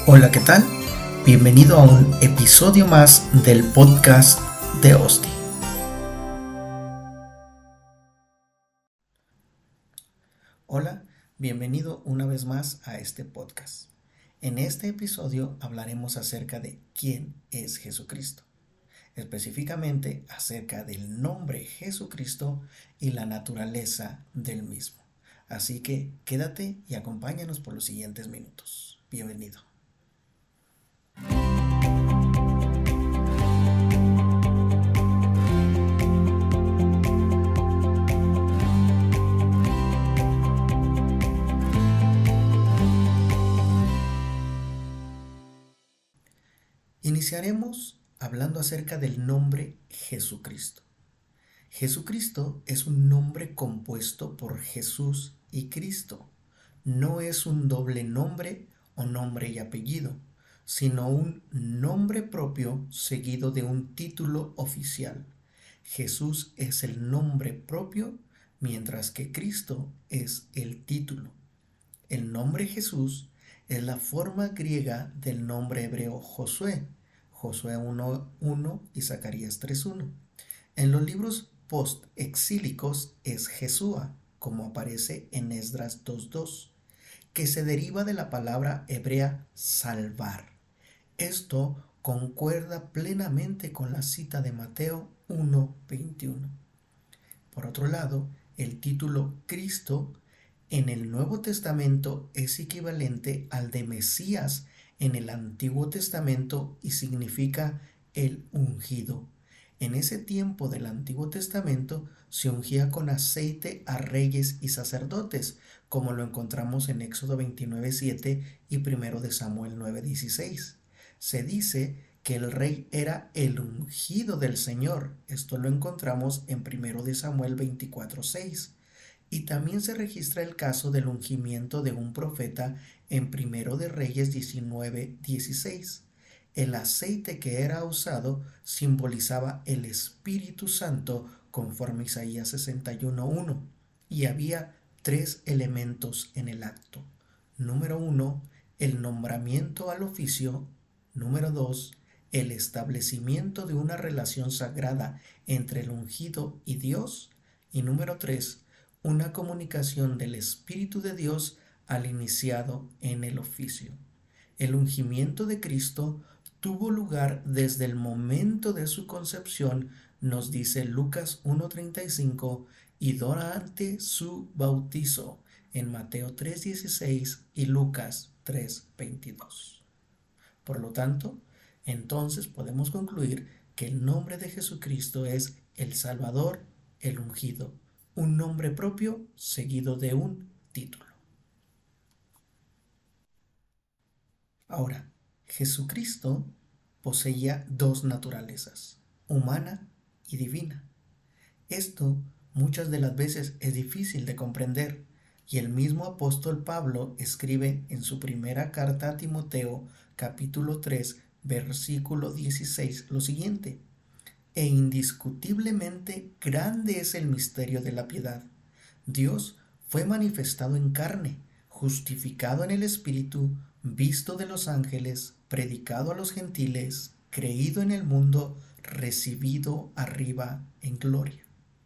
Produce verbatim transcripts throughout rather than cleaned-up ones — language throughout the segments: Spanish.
Hola, ¿qué tal? Bienvenido a un episodio más del podcast de Osti. Hola, bienvenido una vez más a este podcast. En este episodio hablaremos acerca de quién es Jesucristo, específicamente acerca del nombre Jesucristo y la naturaleza del mismo. Así que quédate y acompáñanos por los siguientes minutos. Bienvenido. Iniciaremos hablando acerca del nombre Jesucristo. Jesucristo es un nombre compuesto por Jesús y Cristo. No es un doble nombre o nombre y apellido, sino un nombre propio seguido de un título oficial. Jesús es el nombre propio, mientras que Cristo es el título. El nombre Jesús es la forma griega del nombre hebreo Josué, Josué uno uno y Zacarías tres uno. En los libros post-exílicos es Jesúa, como aparece en Esdras dos dos, que se deriva de la palabra hebrea salvar. Esto concuerda plenamente con la cita de Mateo uno veintiuno. Por otro lado, el título Cristo en el Nuevo Testamento es equivalente al de Mesías en el Antiguo Testamento y significa el ungido. En ese tiempo del Antiguo Testamento se ungía con aceite a reyes y sacerdotes, como lo encontramos en Éxodo veintinueve siete y primero de Samuel nueve dieciséis. Se dice que el rey era el ungido del Señor. Esto lo encontramos en primero de Samuel veinticuatro seis. Y también se registra el caso del ungimiento de un profeta en Primero de Reyes diecinueve dieciséis. El aceite que era usado simbolizaba el Espíritu Santo conforme Isaías sesenta y uno uno. Y había tres elementos en el acto. Número uno, el nombramiento al oficio. Número dos, el establecimiento de una relación sagrada entre el ungido y Dios. Y número tres, una comunicación del Espíritu de Dios al iniciado en el oficio. El ungimiento de Cristo tuvo lugar desde el momento de su concepción, nos dice Lucas uno treinta y cinco, y durante su bautizo en Mateo tres dieciséis y Lucas tres veintidós. Por lo tanto, entonces podemos concluir que el nombre de Jesucristo es el Salvador, el ungido, un nombre propio seguido de un título. Ahora, Jesucristo poseía dos naturalezas, humana y divina. Esto muchas de las veces es difícil de comprender, y el mismo apóstol Pablo escribe en su primera carta a Timoteo, capítulo tres, versículo dieciséis, lo siguiente: E indiscutiblemente grande es el misterio de la piedad. Dios fue manifestado en carne, justificado en el Espíritu, visto de los ángeles, predicado a los gentiles, creído en el mundo, recibido arriba en gloria.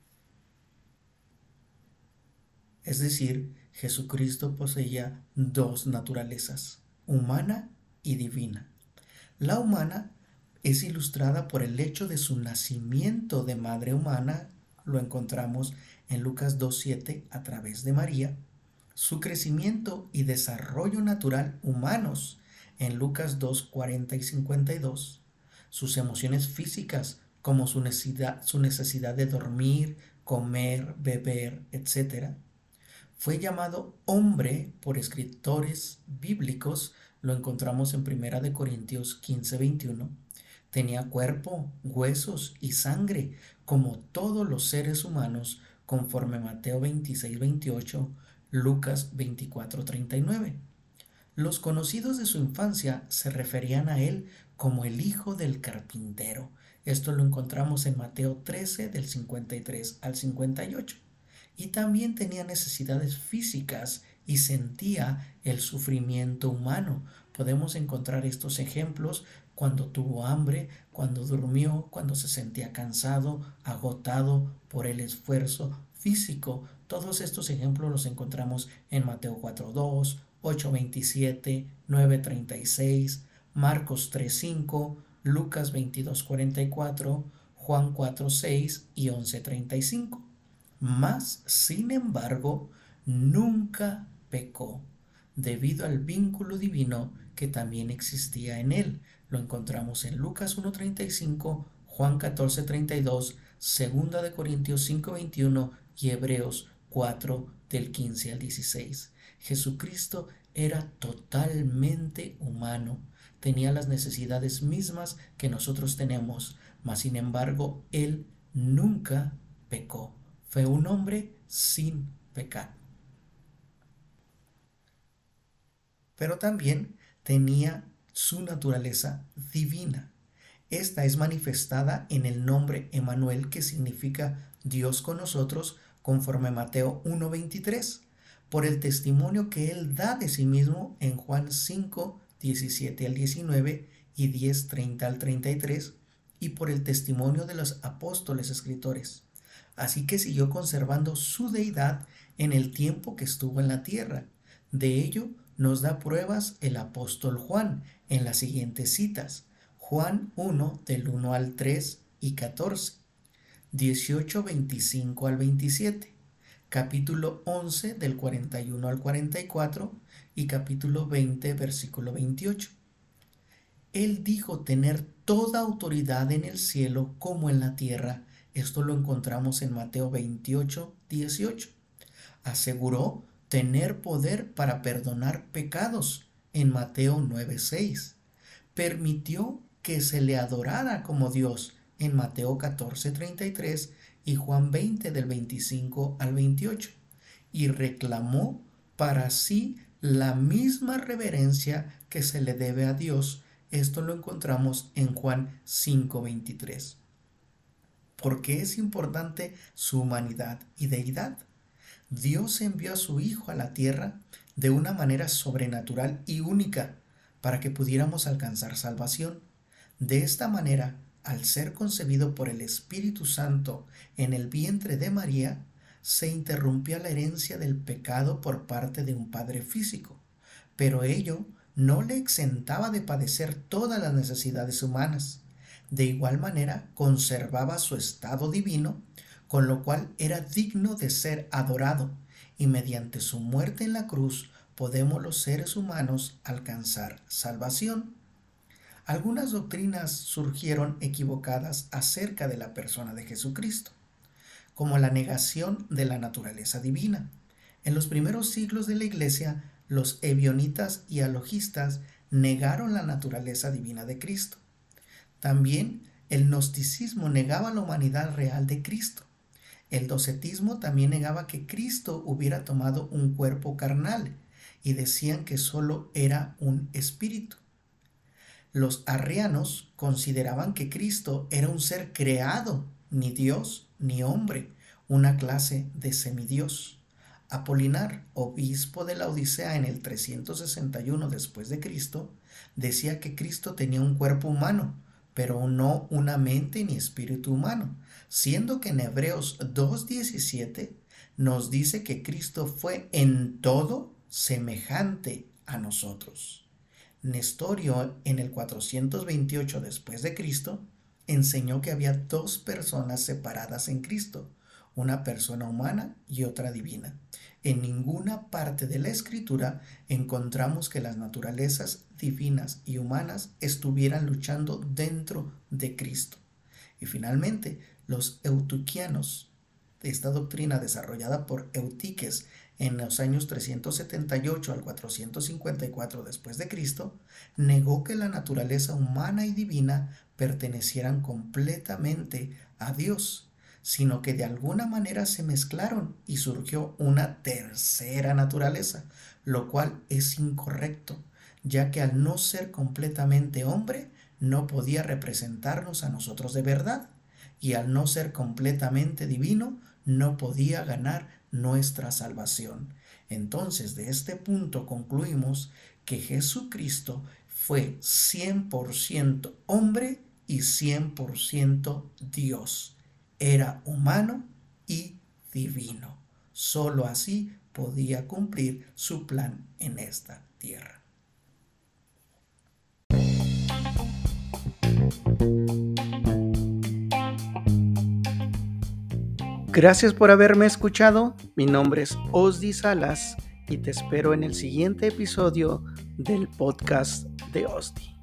Es decir, Jesucristo poseía dos naturalezas, humana y divina. La humana es ilustrada por el hecho de su nacimiento de madre humana, lo encontramos en Lucas dos siete a través de María, su crecimiento y desarrollo natural humanos en Lucas dos cuarenta y cincuenta y dos, sus emociones físicas como su necesidad, su necesidad de dormir, comer, beber, etcétera. Fue llamado hombre por escritores bíblicos, lo encontramos en primera de Corintios quince veintiuno. Tenía cuerpo, huesos y sangre, como todos los seres humanos, conforme Mateo veintiséis veintiocho, Lucas veinticuatro treinta y nueve. Los conocidos de su infancia se referían a él como el hijo del carpintero. Esto lo encontramos en Mateo trece, del cincuenta y tres al cincuenta y ocho. Y también tenía necesidades físicas y sentía el sufrimiento humano. Podemos encontrar estos ejemplos cuando tuvo hambre, cuando durmió, cuando se sentía cansado, agotado por el esfuerzo físico. Todos estos ejemplos los encontramos en Mateo cuatro dos, ocho veintisiete, nueve treinta y seis, Marcos tres cinco, Lucas veintidós cuarenta y cuatro, Juan cuatro seis y once treinta y cinco. Mas, sin embargo, nunca pecó, debido al vínculo divino que también existía en él. Lo encontramos en Lucas uno treinta y cinco, Juan catorce treinta y dos, Segunda de Corintios cinco veintiuno y Hebreos cuatro del quince al dieciséis. Jesucristo era totalmente humano, tenía las necesidades mismas que nosotros tenemos, mas sin embargo, él nunca pecó. Fue un hombre sin pecado. Pero también tenía su naturaleza divina. Esta es manifestada en el nombre Emmanuel, que significa Dios con nosotros, conforme Mateo uno veintitrés, por el testimonio que él da de sí mismo en Juan cinco diecisiete al diecinueve y diez treinta al treinta y tres, y por el testimonio de los apóstoles escritores. Así que siguió conservando su deidad en el tiempo que estuvo en la tierra. De ello nos da pruebas el apóstol Juan en las siguientes citas. Juan uno del uno al tres y catorce, dieciocho veinticinco al veintisiete, capítulo once del cuarenta y uno al cuarenta y cuatro y capítulo veinte versículo veintiocho. Él dijo tener toda autoridad en el cielo como en la tierra. Esto lo encontramos en Mateo veintiocho dieciocho. Aseguró tener poder para perdonar pecados en Mateo nueve seis. Permitió que se le adorara como Dios en Mateo catorce treinta y tres y Juan veinte del veinticinco al veintiocho. Y reclamó para sí la misma reverencia que se le debe a Dios. Esto lo encontramos en Juan cinco veintitrés. ¿Por qué es importante su humanidad y deidad? Dios envió a su Hijo a la tierra de una manera sobrenatural y única para que pudiéramos alcanzar salvación. De esta manera, al ser concebido por el Espíritu Santo en el vientre de María, se interrumpía la herencia del pecado por parte de un padre físico, pero ello no le exentaba de padecer todas las necesidades humanas. De igual manera, conservaba su estado divino, con lo cual era digno de ser adorado, y mediante su muerte en la cruz podemos los seres humanos alcanzar salvación. Algunas doctrinas surgieron equivocadas acerca de la persona de Jesucristo, como la negación de la naturaleza divina. En los primeros siglos de la Iglesia, los ebionitas y alogistas negaron la naturaleza divina de Cristo. También el gnosticismo negaba la humanidad real de Cristo. El docetismo también negaba que Cristo hubiera tomado un cuerpo carnal y decían que solo era un espíritu. Los arrianos consideraban que Cristo era un ser creado, ni Dios ni hombre, una clase de semidios. Apolinar, obispo de la Odisea en el trescientos sesenta y uno después de Cristo, decía que Cristo tenía un cuerpo humano, pero no una mente ni espíritu humano, siendo que en Hebreos dos diecisiete nos dice que Cristo fue en todo semejante a nosotros. Nestorio, en el cuatrocientos veintiocho después de Cristo, enseñó que había dos personas separadas en Cristo, una persona humana y otra divina. En ninguna parte de la Escritura encontramos que las naturalezas divinas y humanas estuvieran luchando dentro de Cristo. Y finalmente, los eutuquianos, de esta doctrina desarrollada por Eutiques en los años trescientos setenta y ocho al cuatrocientos cincuenta y cuatro después de Cristo, negó que la naturaleza humana y divina pertenecieran completamente a Dios, sino que de alguna manera se mezclaron y surgió una tercera naturaleza, lo cual es incorrecto, ya que al no ser completamente hombre, no podía representarnos a nosotros de verdad, y al no ser completamente divino, no podía ganar nuestra salvación. Entonces, de este punto concluimos que Jesucristo fue cien por ciento hombre y cien por ciento Dios. Era humano y divino. Solo así podía cumplir su plan en esta tierra. Gracias por haberme escuchado. Mi nombre es Osdi Salas y te espero en el siguiente episodio del podcast de Osdi.